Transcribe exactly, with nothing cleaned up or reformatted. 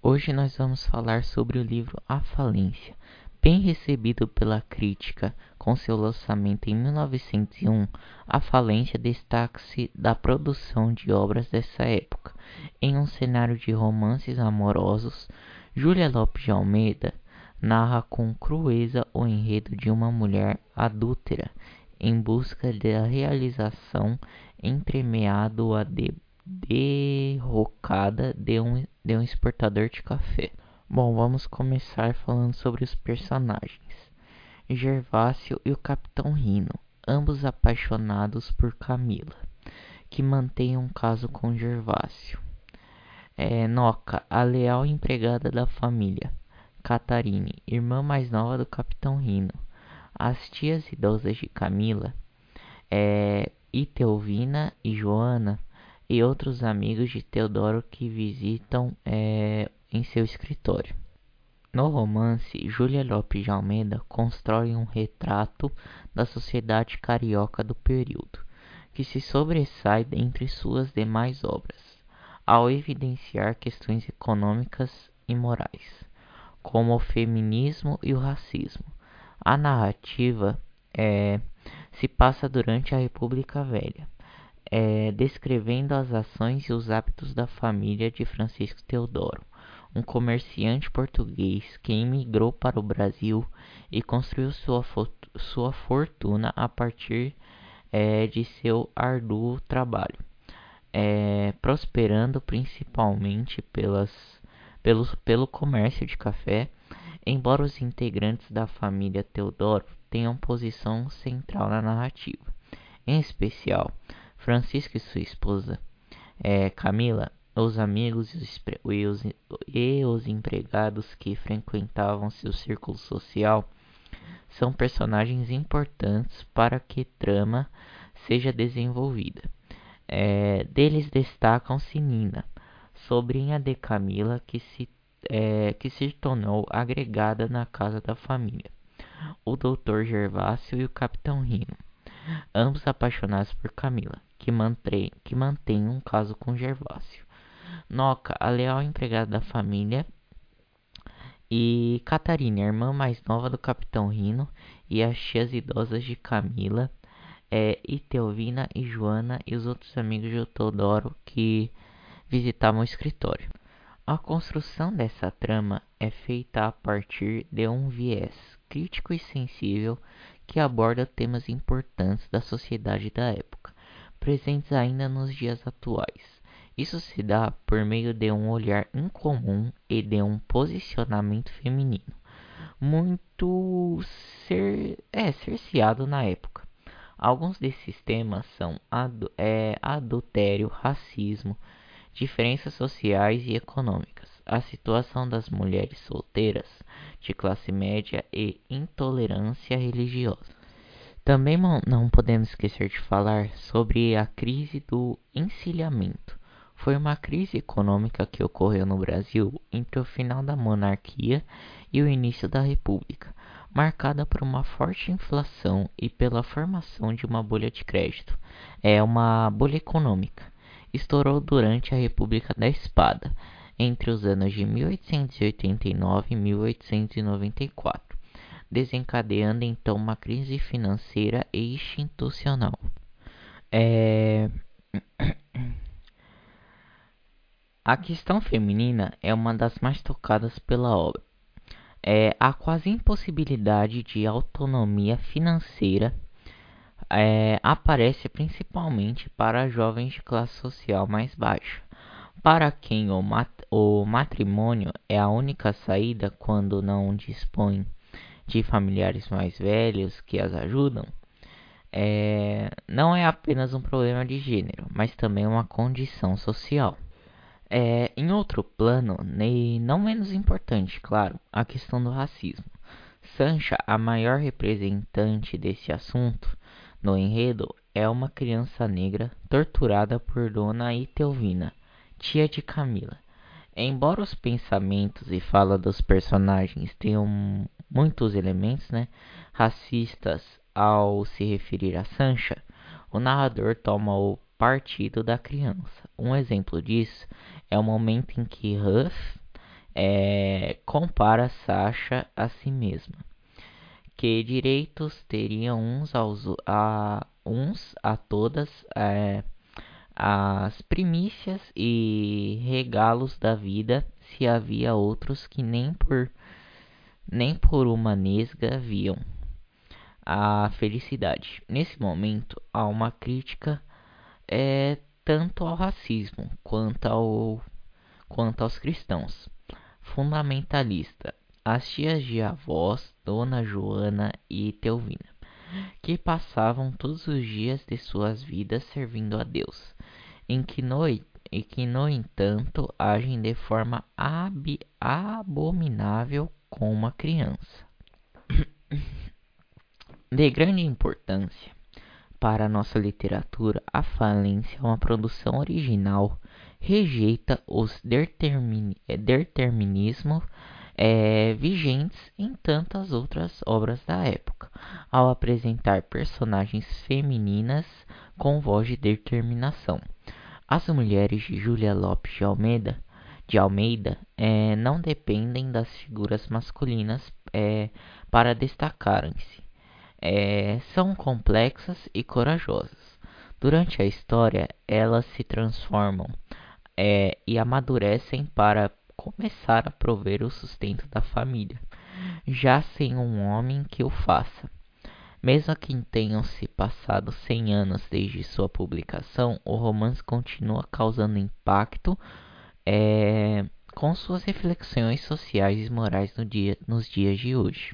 Hoje nós vamos falar sobre o livro A Falência. Bem recebido pela crítica com seu lançamento em mil novecentos e um, A Falência destaca-se da produção de obras dessa época. Em um cenário de romances amorosos, Júlia Lopes de Almeida narra com crueza o enredo de uma mulher adúltera em busca da realização, entremeado a de derrocada de um, de um exportador de café. Bom, vamos começar falando sobre os personagens. Gervásio e o Capitão Rino, ambos apaixonados por Camila, que mantém um caso com Gervásio. É, Noca, a leal empregada da família. Catarine, irmã mais nova do Capitão Rino. As tias idosas de Camila, é, Itelvina e Joana, e outros amigos de Teodoro que visitam é, em seu escritório. No romance, Júlia Lopes de Almeida constrói um retrato da sociedade carioca do período, que se sobressai dentre suas demais obras, ao evidenciar questões econômicas e morais, como o feminismo e o racismo. A narrativa é, se passa durante a República Velha, é, descrevendo as ações e os hábitos da família de Francisco Teodoro, um comerciante português que emigrou para o Brasil e construiu sua, sua fortuna a partir é, de seu árduo trabalho, é, prosperando principalmente pelas, pelos, pelo comércio de café, embora os integrantes da família Teodoro tenham posição central na narrativa. Em especial, Francisco e sua esposa, é, Camila, os amigos e os, e, os, e os empregados que frequentavam seu círculo social são personagens importantes para que trama seja desenvolvida. É, deles destacam-se Nina, sobrinha de Camila, que se, é, que se tornou agregada na casa da família, o doutor Gervásio e o Capitão Rino, ambos apaixonados por Camila, que mantém, que mantém um caso com Gervásio. Noca, a leal empregada da família, e Catarina, a irmã mais nova do Capitão Rino, e as tias idosas de Camila, é, Itelvina e Joana, e os outros amigos de Teodoro que visitavam o escritório. A construção dessa trama é feita a partir de um viés crítico e sensível que aborda temas importantes da sociedade da época, presentes ainda nos dias atuais. Isso se dá por meio de um olhar incomum e de um posicionamento feminino, muito cer é, cerceado na época. Alguns desses temas são adu é, adultério, racismo, diferenças sociais e econômicas, a situação das mulheres solteiras, de classe média e intolerância religiosa. Também não podemos esquecer de falar sobre a crise do encilhamento. Foi uma crise econômica que ocorreu no Brasil entre o final da monarquia e o início da República, marcada por uma forte inflação e pela formação de uma bolha de crédito. É uma bolha econômica. Estourou durante a República da Espada, entre os anos de mil oitocentos e oitenta e nove e mil oitocentos e noventa e quatro, desencadeando então uma crise financeira e institucional. É... A questão feminina é uma das mais tocadas pela obra. É, a quase impossibilidade de autonomia financeira é, aparece principalmente para jovens de classe social mais baixa, para quem o, mat o matrimônio é a única saída quando não dispõe de familiares mais velhos que as ajudam. É, não é apenas um problema de gênero, mas também uma condição social. É, em outro plano, e não menos importante, claro, a questão do racismo. Sancha, a maior representante desse assunto no enredo, é uma criança negra torturada por Dona Itelvina, tia de Camila. Embora os pensamentos e fala dos personagens tenham muitos elementos, né, racistas ao se referir a Sancha, o narrador toma o partido da criança. Um exemplo disso é o momento em que Huff é, compara Sasha a si mesma. Que direitos teriam uns aos a uns a todas é, as primícias e regalos da vida, se havia outros que nem por nem por uma nesga viam a felicidade. Nesse momento, há uma crítica é, tanto ao racismo quanto, ao, quanto aos cristãos. Fundamentalista, as tias de avós, Dona Joana e Teovina, que passavam todos os dias de suas vidas servindo a Deus, em que no, e que, no entanto, agem de forma ab, abominável com uma criança. De grande importância para a nossa literatura, A Falência, uma produção original, rejeita os determin, determinismos é, vigentes em tantas outras obras da época, ao apresentar personagens femininas com voz de determinação. As mulheres de Júlia Lopes de Almeida, de Almeida é, não dependem das figuras masculinas é, para destacarem-se. É, são complexas e corajosas. Durante a história, elas se transformam é, e amadurecem para começar a prover o sustento da família, já sem um homem que o faça. Mesmo que tenham se passado cem anos desde sua publicação, o romance continua causando impacto é, com suas reflexões sociais e morais no dia, nos dias de hoje.